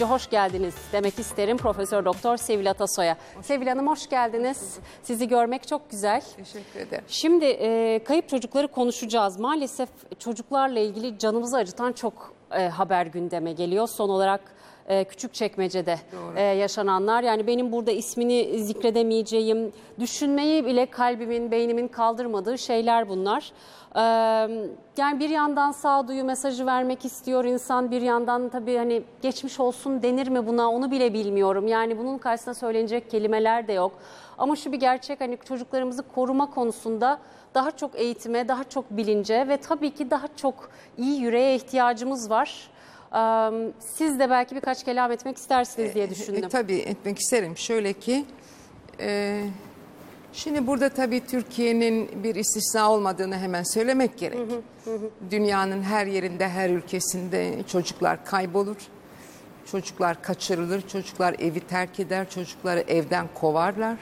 Hoş geldiniz demek isterim Profesör Doktor Sevil Atasoy'a. Sevil Hanım hoş geldiniz. Sizi görmek çok güzel. Teşekkür ederim. Şimdi kayıp çocukları konuşacağız. Maalesef çocuklarla ilgili canımızı acıtan çok haber gündeme geliyor. Son olarak Küçükçekmece'de yaşananlar. Yani benim burada ismini zikredemeyeceğim, düşünmeyi bile kalbimin, beynimin kaldırmadığı şeyler bunlar. Yani bir yandan sağduyu mesajı vermek istiyor insan, bir yandan tabii hani geçmiş olsun denir mi buna onu bile bilmiyorum. Yani bunun karşısında söylenecek kelimeler de yok. Ama şu bir gerçek, hani çocuklarımızı koruma konusunda daha çok eğitime, daha çok bilince ve tabii ki daha çok iyi yüreğe ihtiyacımız var. Siz de belki birkaç kelam etmek istersiniz diye düşündüm. Tabii etmek isterim. Şöyle ki, şimdi burada tabii Türkiye'nin bir istisna olmadığını hemen söylemek gerek. Dünyanın her yerinde, her ülkesinde çocuklar kaybolur. Çocuklar kaçırılır, çocuklar evi terk eder, çocukları evden kovarlar.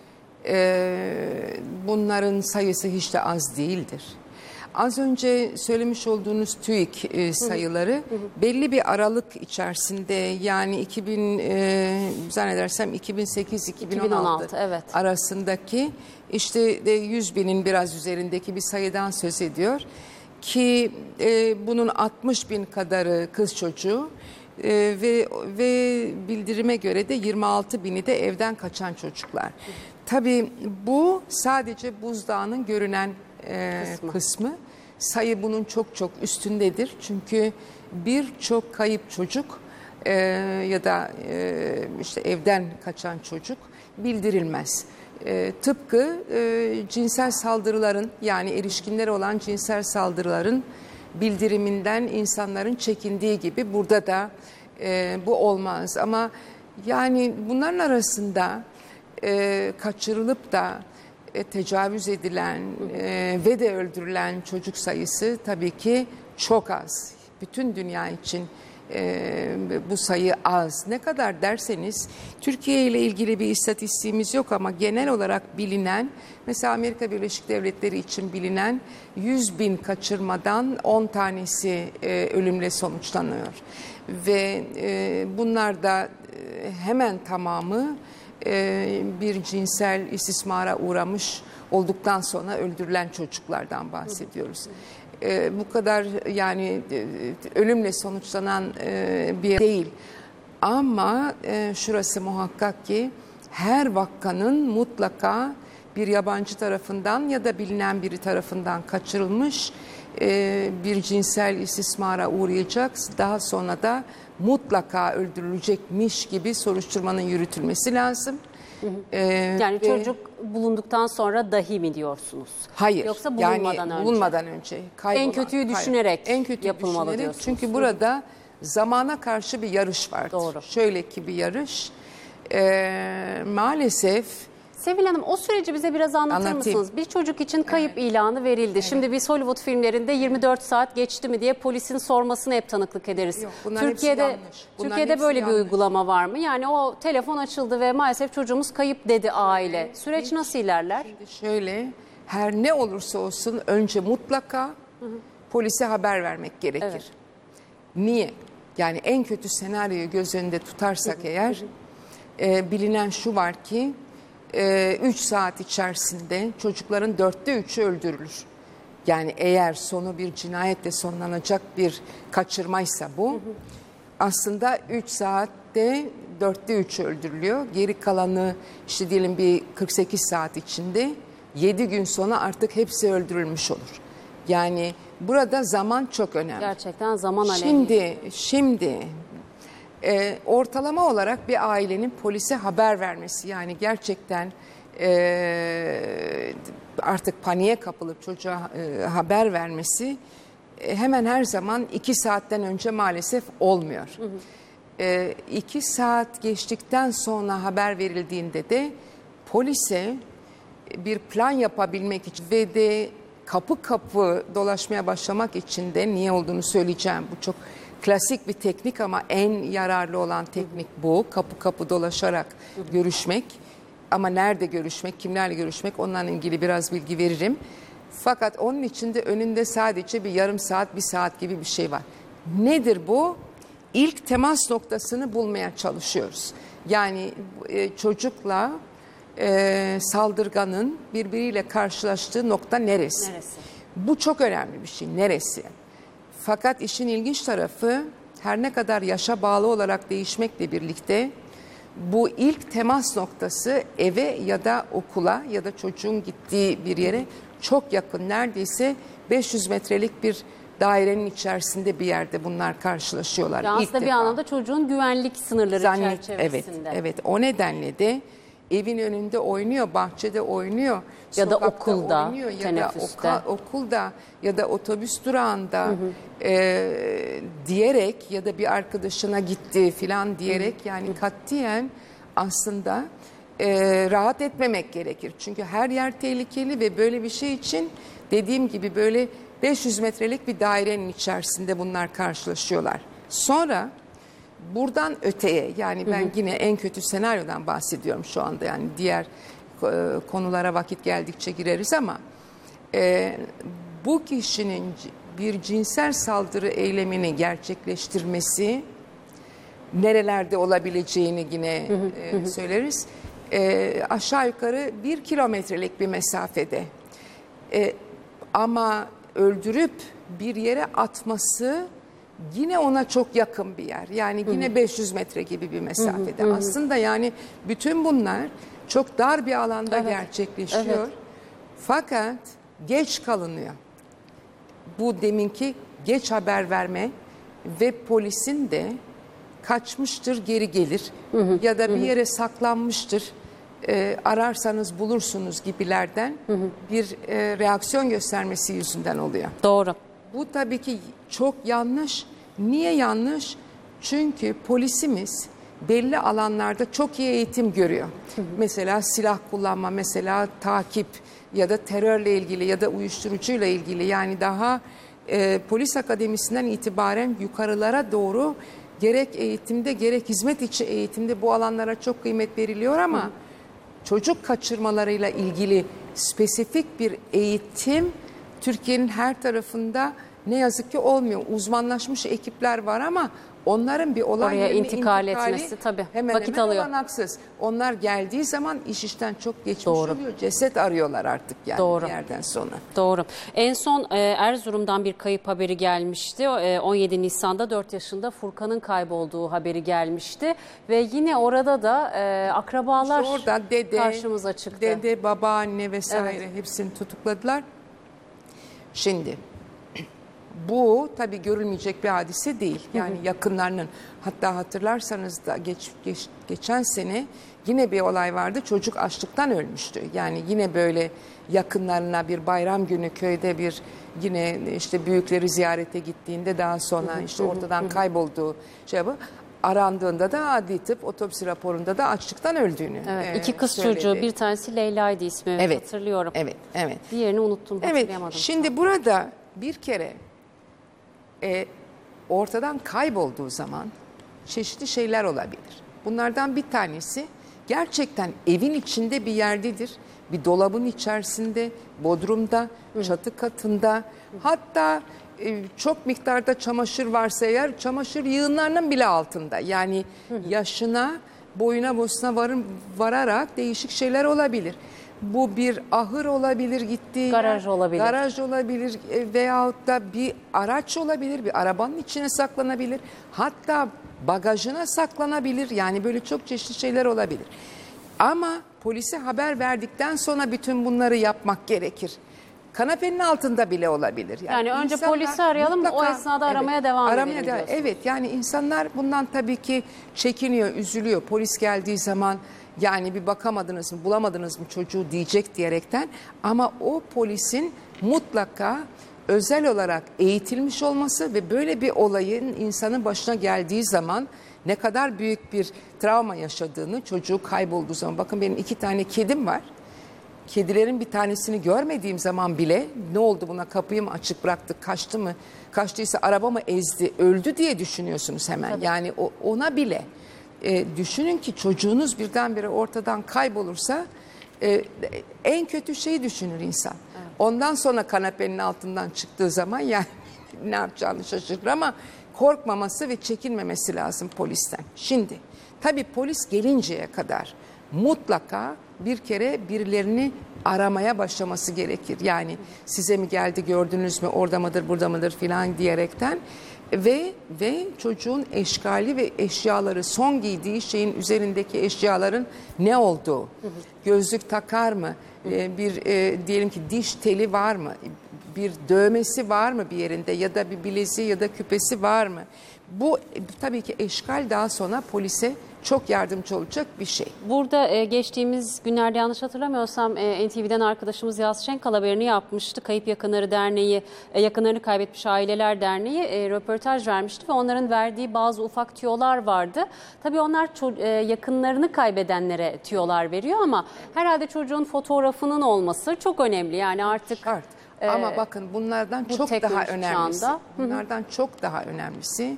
Bunların sayısı hiç de az değildir. Az önce söylemiş olduğunuz TÜİK sayıları belli bir aralık içerisinde, yani zannedersem 2008-2016 evet. arasındaki işte de 100 binin biraz üzerindeki bir sayıdan söz ediyor. Ki bunun 60 bin kadarı kız çocuğu ve bildirime göre de 26 bini de evden kaçan çocuklar. Tabii bu sadece buzdağının görünen kısmı. Sayı bunun çok çok üstündedir. Çünkü birçok kayıp çocuk ya da işte evden kaçan çocuk bildirilmez. Tıpkı cinsel saldırıların, yani erişkinlere olan cinsel saldırıların bildiriminden insanların çekindiği gibi burada da bu olmaz. Ama yani bunların arasında kaçırılıp da tecavüz edilen ve de öldürülen çocuk sayısı tabii ki çok az. Bütün dünya için bu sayı az. Ne kadar derseniz, Türkiye ile ilgili bir istatistiğimiz yok ama genel olarak bilinen, mesela Amerika Birleşik Devletleri için bilinen 100 bin kaçırmadan 10 tanesi ölümle sonuçlanıyor. Ve bunlar da hemen tamamı bir cinsel istismara uğramış olduktan sonra öldürülen çocuklardan bahsediyoruz. Bu kadar yani ölümle sonuçlanan bir yer değil. Ama şurası muhakkak ki her vakanın mutlaka bir yabancı tarafından ya da bilinen biri tarafından kaçırılmış bir cinsel istismara uğrayacak, daha sonra da mutlaka öldürülecekmiş gibi soruşturmanın yürütülmesi lazım. Yani çocuk bulunduktan sonra dahi mi diyorsunuz? Hayır. Yoksa bulunmadan önce? Bulunmadan önce. En kötüyü düşünerek yapılmalı diyorsunuz. Çünkü burada zamana karşı bir yarış var. Doğru. Şöyle ki bir yarış. Maalesef. Sevil Hanım, o süreci bize biraz anlatır mısınız? Bir çocuk için kayıp ilanı verildi. Evet. Şimdi biz Hollywood filmlerinde 24 saat geçti mi diye polisin sormasını hep tanıklık ederiz. Yok, Türkiye'de böyle bir uygulama var mı? Yani o telefon açıldı ve maalesef çocuğumuz kayıp dedi aile. Süreç nasıl ilerler? Şimdi şöyle, her ne olursa olsun önce mutlaka polise haber vermek gerekir. Evet. Niye? Yani en kötü senaryoyu göz önünde tutarsak eğer bilinen şu var ki 3 saat içerisinde çocukların 4'te 3'ü öldürülür. Yani eğer sonu bir cinayetle sonlanacak bir kaçırmaysa bu, aslında 3 saatte 4'te 3'ü öldürülüyor. Geri kalanı işte diyelim bir 48 saat içinde 7 gün sonra artık hepsi öldürülmüş olur. Yani burada zaman çok önemli. Gerçekten zaman önemli. Şimdi ortalama olarak bir ailenin polise haber vermesi, yani gerçekten artık paniğe kapılıp çocuğa haber vermesi hemen her zaman 2 saatten önce maalesef olmuyor. 2 saat geçtikten sonra haber verildiğinde de polise bir plan yapabilmek için ve de kapı kapı dolaşmaya başlamak için de niye olduğunu söyleyeceğim. Bu çok klasik bir teknik ama en yararlı olan teknik bu. Kapı kapı dolaşarak görüşmek. Ama nerede görüşmek, kimlerle görüşmek, onlarla ilgili biraz bilgi veririm. Fakat onun için de önünde sadece bir yarım saat, bir saat gibi bir şey var. Nedir bu? ilk temas noktasını bulmaya çalışıyoruz. Yani çocukla saldırganın birbiriyle karşılaştığı nokta neresi? Bu çok önemli bir şey. Neresi? Fakat işin ilginç tarafı, her ne kadar yaşa bağlı olarak değişmekle birlikte bu ilk temas noktası eve ya da okula ya da çocuğun gittiği bir yere çok yakın. Neredeyse 500 metrelik bir dairenin içerisinde bir yerde bunlar karşılaşıyorlar. Ya aslında bir anlamda çocuğun güvenlik sınırları çerçevesinde. Evet, o nedenle de evin önünde oynuyor, bahçede oynuyor, ya da okulda, oynuyor, teneffüste, ya da okulda ya da otobüs durağında diyerek ya da bir arkadaşına gitti filan diyerek yani katiyen aslında rahat etmemek gerekir. Çünkü her yer tehlikeli ve böyle bir şey için dediğim gibi böyle 500 metrelik bir dairenin içerisinde bunlar karşılaşıyorlar. Sonra buradan öteye, yani ben yine en kötü senaryodan bahsediyorum şu anda, yani diğer konulara vakit geldikçe gireriz ama bu kişinin bir cinsel saldırı eylemini gerçekleştirmesi nerelerde olabileceğini yine söyleriz. Aşağı yukarı 1 kilometrelik bir mesafede. Ama öldürüp bir yere atması yine ona çok yakın bir yer. Yani yine 500 metre gibi bir mesafede. Aslında yani bütün bunlar çok dar bir alanda gerçekleşiyor. Evet. Fakat geç kalınıyor. Bu deminki geç haber verme ve polisin de kaçmıştır geri gelir ya da bir yere saklanmıştır, ararsanız bulursunuz gibilerden bir reaksiyon göstermesi yüzünden oluyor. Doğru. Bu tabii ki çok yanlış. Niye yanlış? Çünkü polisimiz belli alanlarda çok iyi eğitim görüyor. Mesela silah kullanma, mesela takip ya da terörle ilgili ya da uyuşturucuyla ilgili, yani daha polis akademisinden itibaren yukarılara doğru gerek eğitimde gerek hizmet içi eğitimde bu alanlara çok kıymet veriliyor ama çocuk kaçırmalarıyla ilgili spesifik bir eğitim Türkiye'nin her tarafında ne yazık ki olmuyor. Uzmanlaşmış ekipler var ama onların bir olay oraya yerine intikal etmesi tabii vakit alıyor. Olanaksız. Onlar geldiği zaman iş işten çok geçmiş oluyor. Ceset arıyorlar artık yani bir yerden sonra. Doğru. En son Erzurum'dan bir kayıp haberi gelmişti. 17 Nisan'da 4 yaşında Furkan'ın kaybolduğu haberi gelmişti. Ve yine orada da akrabalar İşte orada karşımıza çıktı. Dede, babaanne vesaire hepsini tutukladılar. Şimdi bu tabii görülmeyecek bir hadise değil. Yani yakınlarının, hatta hatırlarsanız da geçen sene yine bir olay vardı. Çocuk açlıktan ölmüştü. Yani yine böyle yakınlarına bir bayram günü köyde bir yine işte büyükleri ziyarete gittiğinde daha sonra işte ortadan kaybolduğu şey bu. Arandığında da adli tıp otopsi raporunda da açlıktan öldüğünü iki kız söyledi. Çocuğu, bir tanesi Leyla'ydı ismi, hatırlıyorum. Evet. Diğerini unuttum, hatırlayamadım. Şimdi burada bir kere ortadan kaybolduğu zaman çeşitli şeyler olabilir. Bunlardan bir tanesi gerçekten evin içinde bir yerdedir. Bir dolabın içerisinde, bodrumda, çatı katında, hatta çok miktarda çamaşır varsa eğer çamaşır yığınlarının bile altında. Yani yaşına, boyuna, bosuna vararak değişik şeyler olabilir. Bu bir ahır olabilir, gittiği garaj olabilir. Garaj olabilir veyahut da bir araç olabilir, bir arabanın içine saklanabilir. Hatta bagajına saklanabilir. Yani böyle çok çeşitli şeyler olabilir. Ama polise haber verdikten sonra bütün bunları yapmak gerekir. Kanepenin altında bile olabilir. Yani önce polisi arayalım, o esnada aramaya devam edelim diyorsunuz. Evet, yani insanlar bundan tabii ki çekiniyor, üzülüyor. Polis geldiği zaman yani bir bakamadınız mı, bulamadınız mı çocuğu diyecek diyerekten. Ama o polisin mutlaka özel olarak eğitilmiş olması ve böyle bir olayın insanın başına geldiği zaman ne kadar büyük bir travma yaşadığını, çocuğu kaybolduğu zaman. Bakın benim 2 tane kedim var. Kedilerin bir tanesini görmediğim zaman bile ne oldu buna, kapıyı mı açık bıraktık, kaçtı mı, kaçtıysa araba mı ezdi, öldü diye düşünüyorsunuz hemen. Tabii. Yani ona bile düşünün ki çocuğunuz birdenbire ortadan kaybolursa en kötü şeyi düşünür insan. Evet. Ondan sonra kanepenin altından çıktığı zaman yani ne yapacağını şaşırır ama korkmaması ve çekinmemesi lazım polisten. Şimdi tabii polis gelinceye kadar mutlaka bir kere birilerini aramaya başlaması gerekir. Yani size mi geldi, gördünüz mü, orada mıdır, burada mıdır filan diyerekten ve çocuğun eşkali ve eşyaları, son giydiği şeyin üzerindeki eşyaların ne olduğu, gözlük takar mı, diyelim ki diş teli var mı, bir dövmesi var mı bir yerinde ya da bir bileziği ya da küpesi var mı? Bu tabii ki eşkal daha sonra polise çok yardımcı olacak bir şey. Burada geçtiğimiz günlerde yanlış hatırlamıyorsam NTV'den arkadaşımız Yas Şenkal haberini yapmıştı. Kayıp Yakınları Derneği, yakınlarını kaybetmiş aileler derneği röportaj vermişti ve onların verdiği bazı ufak tüyolar vardı. Tabii onlar yakınlarını kaybedenlere tüyolar veriyor ama herhalde çocuğun fotoğrafının olması çok önemli. Yani artık şart. Ama bakın bunlardan çok daha önemlisi. Bunlardan çok daha önemlisi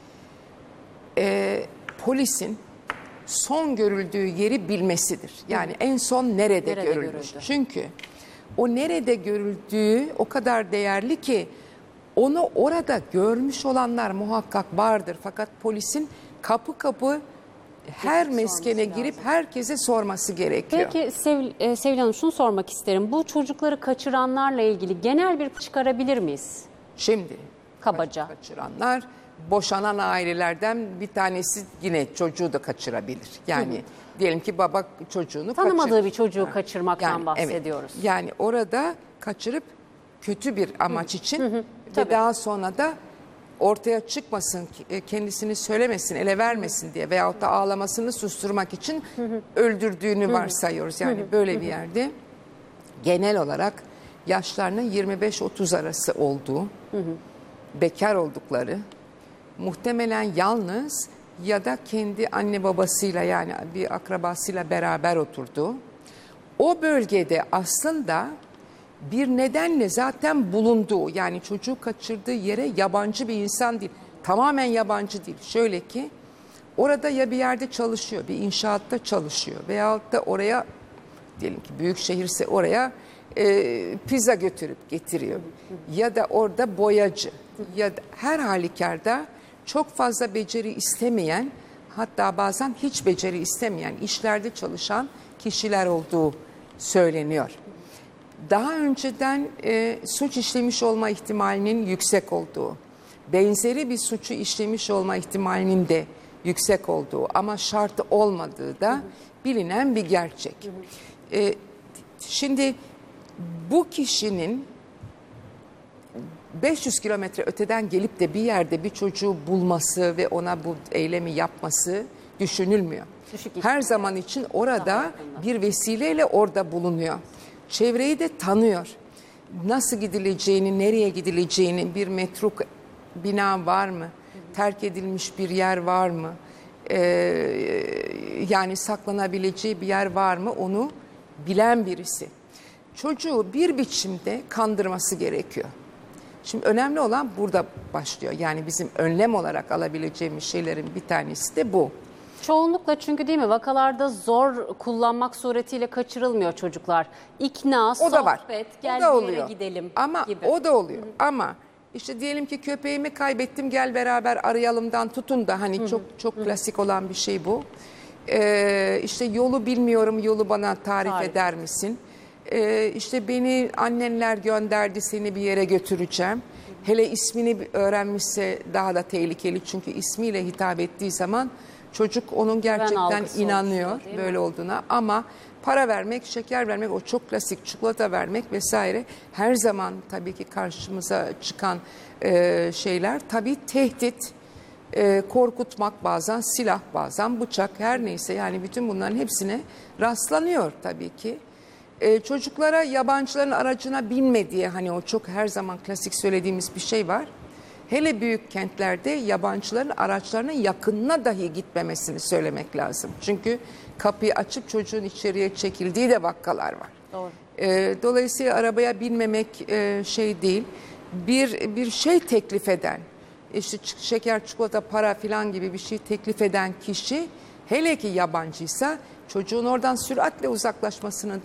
polisin son görüldüğü yeri bilmesidir. Yani en son nerede görülmüş. Çünkü o nerede görüldüğü o kadar değerli ki onu orada görmüş olanlar muhakkak vardır. Fakat polisin kapı kapı her meskene girip herkese sorması gerekiyor. Peki Sevil Hanım, şunu sormak isterim. Bu çocukları kaçıranlarla ilgili genel bir çıkarabilir miyiz? Şimdi kabaca kaçıranlar boşanan ailelerden bir tanesi yine çocuğu da kaçırabilir. Yani diyelim ki baba çocuğunu tanımadığı bir çocuğu kaçırmaktan bahsediyoruz. Evet, yani orada kaçırıp kötü bir amaç için ve daha sonra da ortaya çıkmasın, kendisini söylemesin, ele vermesin diye veyahut da ağlamasını susturmak için öldürdüğünü varsayıyoruz. Yani böyle bir yerde genel olarak yaşlarının 25-30 arası olduğu, bekar oldukları, muhtemelen yalnız ya da kendi anne babasıyla yani bir akrabasıyla beraber oturduğu, o bölgede aslında bir nedenle zaten bulunduğu, yani çocuğu kaçırdığı yere yabancı bir insan değil, tamamen yabancı değil. Şöyle ki orada ya bir yerde çalışıyor, bir inşaatta çalışıyor veyahut da oraya diyelim ki büyük şehirse oraya pizza götürüp getiriyor ya da orada boyacı ya da her halükarda çok fazla beceri istemeyen, hatta bazen hiç beceri istemeyen işlerde çalışan kişiler olduğu söyleniyor. Daha önceden suç işlemiş olma ihtimalinin yüksek olduğu, benzeri bir suçu işlemiş olma ihtimalinin de yüksek olduğu ama şart olmadığı da bilinen bir gerçek. Şimdi bu kişinin 500 kilometre öteden gelip de bir yerde bir çocuğu bulması ve ona bu eylemi yapması düşünülmüyor. Her zaman için orada bir vesileyle orada bulunuyor. Çevreyi de tanıyor. Nasıl gidileceğini, nereye gidileceğini, bir metruk bina var mı? Terk edilmiş bir yer var mı? Yani saklanabileceği bir yer var mı? Onu bilen birisi. Çocuğu bir biçimde kandırması gerekiyor. Şimdi önemli olan burada başlıyor. Yani bizim önlem olarak alabileceğimiz şeylerin bir tanesi de bu. Çoğunlukla çünkü değil mi vakalarda zor kullanmak suretiyle kaçırılmıyor çocuklar. İkna, sohbet, gel bir yere gidelim gibi. O da oluyor. Ama işte diyelim ki köpeğimi kaybettim, gel beraber arayalımdan tutun da hani çok klasik olan bir şey bu. İşte yolu bilmiyorum, yolu bana tarif eder misin? İşte beni annenler gönderdi, seni bir yere götüreceğim. Hele ismini öğrenmişse daha da tehlikeli, çünkü ismiyle hitap ettiği zaman çocuk onun gerçekten inanıyor böyle olduğuna. Ama para vermek, şeker vermek, o çok klasik, çikolata vermek vesaire her zaman tabii ki karşımıza çıkan şeyler. Tabii tehdit, korkutmak, bazen silah, bazen bıçak, her neyse, yani bütün bunların hepsine rastlanıyor tabii ki. Çocuklara yabancıların aracına binme diye, hani o çok her zaman klasik söylediğimiz bir şey var. Hele büyük kentlerde yabancıların araçlarının yakınına dahi gitmemesini söylemek lazım. Çünkü kapıyı açıp çocuğun içeriye çekildiği de vakalar var. Doğru. Dolayısıyla arabaya binmemek şey değil. Bir şey teklif eden, işte şeker, çikolata, para filan gibi bir şey teklif eden kişi, hele ki yabancıysa, çocuğun oradan süratle uzaklaşmasını da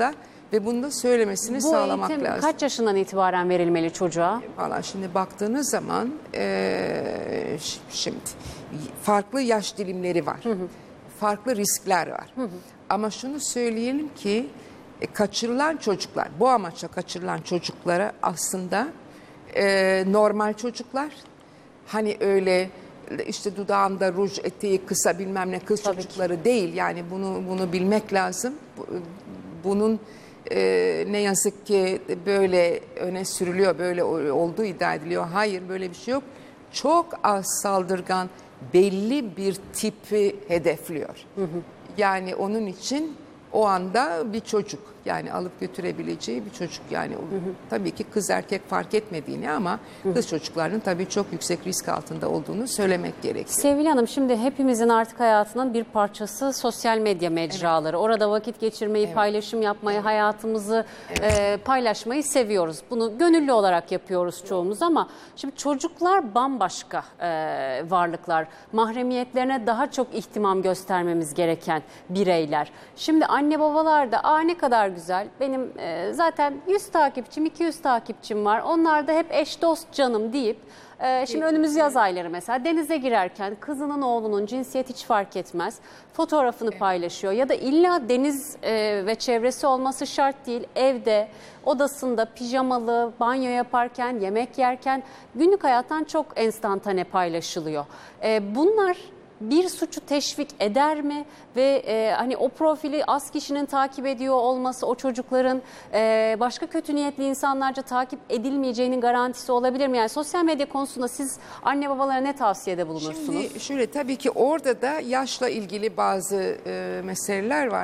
ve bunu da söylemesini Bu sağlamak eğitim lazım. kaç yaşından itibaren verilmeli çocuğa? Valla şimdi baktığınız zaman şimdi farklı yaş dilimleri var. Farklı riskler var. Ama şunu söyleyelim ki kaçırılan çocuklar, bu amaçla kaçırılan çocuklara aslında normal çocuklar. Hani öyle işte dudağında ruj, eteği kısa bilmem ne kız Tabii çocukları değil. Yani bunu bilmek lazım. Bunun ne yazık ki böyle öne sürülüyor, böyle olduğu iddia ediliyor. Hayır, böyle bir şey yok. Çok az saldırgan belli bir tipi hedefliyor. Yani onun için o anda bir çocuk, yani alıp götürebileceği bir çocuk, yani tabii ki kız erkek fark etmediğini ama kız çocuklarının tabii çok yüksek risk altında olduğunu söylemek gerekiyor. Sevgili Hanım, şimdi hepimizin artık hayatının bir parçası sosyal medya mecraları. Evet. Orada vakit geçirmeyi, paylaşım yapmayı, hayatımızı paylaşmayı seviyoruz. Bunu gönüllü olarak yapıyoruz çoğumuz ama şimdi çocuklar bambaşka varlıklar. Mahremiyetlerine daha çok ihtimam göstermemiz gereken bireyler. Şimdi anne babalar da ne kadar güzel, benim zaten 100 takipçim, 200 takipçim var. Onlar da hep eş dost canım deyip şimdi önümüz yaz ayları mesela denize girerken kızının oğlunun cinsiyet hiç fark etmez fotoğrafını paylaşıyor ya da illa deniz ve çevresi olması şart değil, evde odasında pijamalı banyo yaparken, yemek yerken günlük hayattan çok enstantane paylaşılıyor. Bunlar bir suçu teşvik eder mi ve hani o profili az kişinin takip ediyor olması o çocukların başka kötü niyetli insanlarca takip edilmeyeceğinin garantisi olabilir mi? Yani sosyal medya konusunda siz anne babalara ne tavsiyede bulunursunuz? Şimdi şöyle, tabii ki orada da yaşla ilgili bazı meseleler var.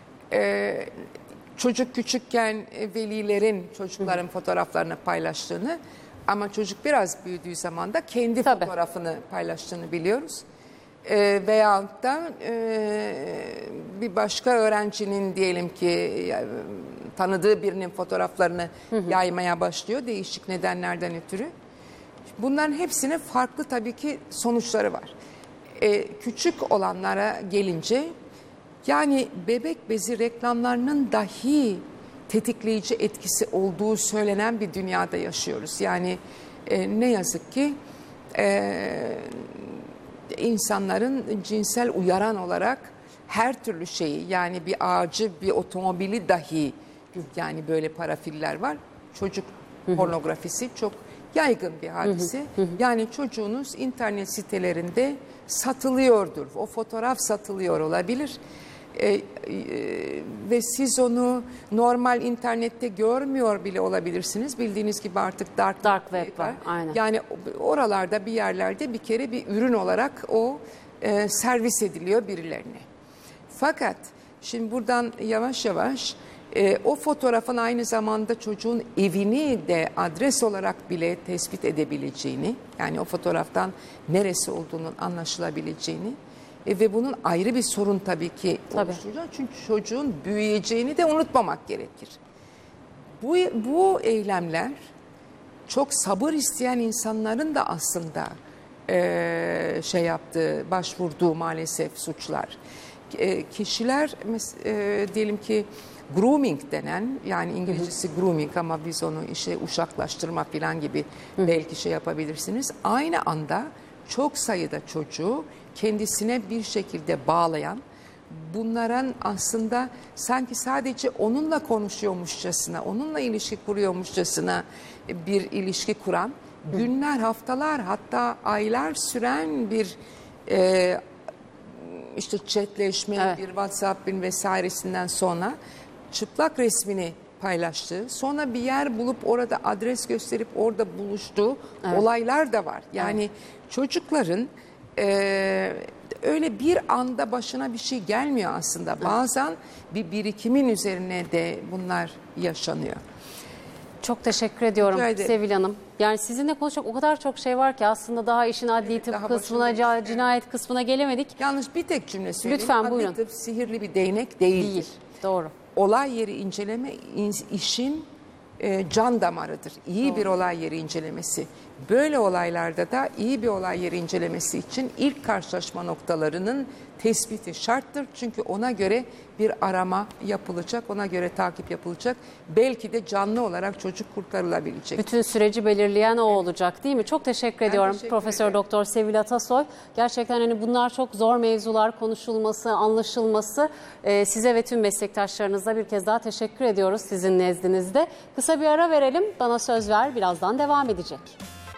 Çocuk küçükken velilerin çocukların fotoğraflarını paylaştığını ama çocuk biraz büyüdüğü zaman da kendi fotoğrafını paylaştığını biliyoruz. Veyahut da bir başka öğrencinin diyelim ki tanıdığı birinin fotoğraflarını yaymaya başlıyor değişik nedenlerden ötürü. Bunların hepsinin farklı tabii ki sonuçları var. Küçük olanlara gelince yani bebek bezi reklamlarının dahi tetikleyici etkisi olduğu söylenen bir dünyada yaşıyoruz. Yani ne yazık ki insanların cinsel uyaran olarak her türlü şeyi, yani bir ağacı, bir otomobili dahi, yani böyle parafiller var. Çocuk pornografisi çok yaygın bir hadise. Yani çocuğunuz internet sitelerinde satılıyordur. O fotoğraf satılıyor olabilir. Ve siz onu normal internette görmüyor bile olabilirsiniz. Bildiğiniz gibi artık dark web var. Aynen. Yani oralarda bir yerlerde bir kere bir ürün olarak o servis ediliyor birilerine. Fakat şimdi buradan yavaş yavaş o fotoğrafın aynı zamanda çocuğun evini de adres olarak bile tespit edebileceğini, yani o fotoğraftan neresi olduğunun anlaşılabileceğini ve bunun ayrı bir sorun tabii ki oluşturacak. Çünkü çocuğun büyüyeceğini de unutmamak gerekir. Bu eylemler çok sabır isteyen insanların da aslında başvurduğu maalesef suçlar. Kişiler diyelim ki grooming denen, yani İngilizcesi grooming ama biz onu uşaklaştırma falan gibi belki yapabilirsiniz. Aynı anda çok sayıda çocuğu kendisine bir şekilde bağlayan, bunların aslında sanki sadece onunla konuşuyormuşçasına, onunla ilişki kuruyormuşçasına bir ilişki kuran, günler, haftalar, hatta aylar süren bir chatleşme, bir WhatsApp'ın vesairesinden sonra çıplak resmini paylaştığı, sonra bir yer bulup orada adres gösterip orada buluştuğu olaylar da var. Yani çocukların öyle bir anda başına bir şey gelmiyor aslında. Bazen bir birikimin üzerine de bunlar yaşanıyor. Çok teşekkür ediyorum Sevil Hanım. Yani sizinle konuşacak o kadar çok şey var ki aslında daha işin adli tıp kısmına, cinayet kısmına gelemedik. Yalnız bir tek cümle söyleyeyim. Lütfen buyurun. Adli tıp sihirli bir değnek değildir. Değil, doğru. Olay yeri inceleme işin can damarıdır. İyi bir olay yeri incelemesi Böyle olaylarda da iyi bir olay yeri incelemesi için ilk karşılaşma noktalarının tespiti şarttır. Çünkü ona göre bir arama yapılacak, ona göre takip yapılacak. Belki de canlı olarak çocuk kurtarılabilecek. Bütün süreci belirleyen o olacak değil mi? Çok teşekkür ediyorum teşekkür Profesör ederim. Doktor Sevil Atasoy. Gerçekten hani bunlar çok zor mevzular, konuşulması, anlaşılması. Size ve tüm meslektaşlarınıza bir kez daha teşekkür ediyoruz sizin nezdinizde. Kısa bir ara verelim. Bana söz ver, birazdan devam edecek.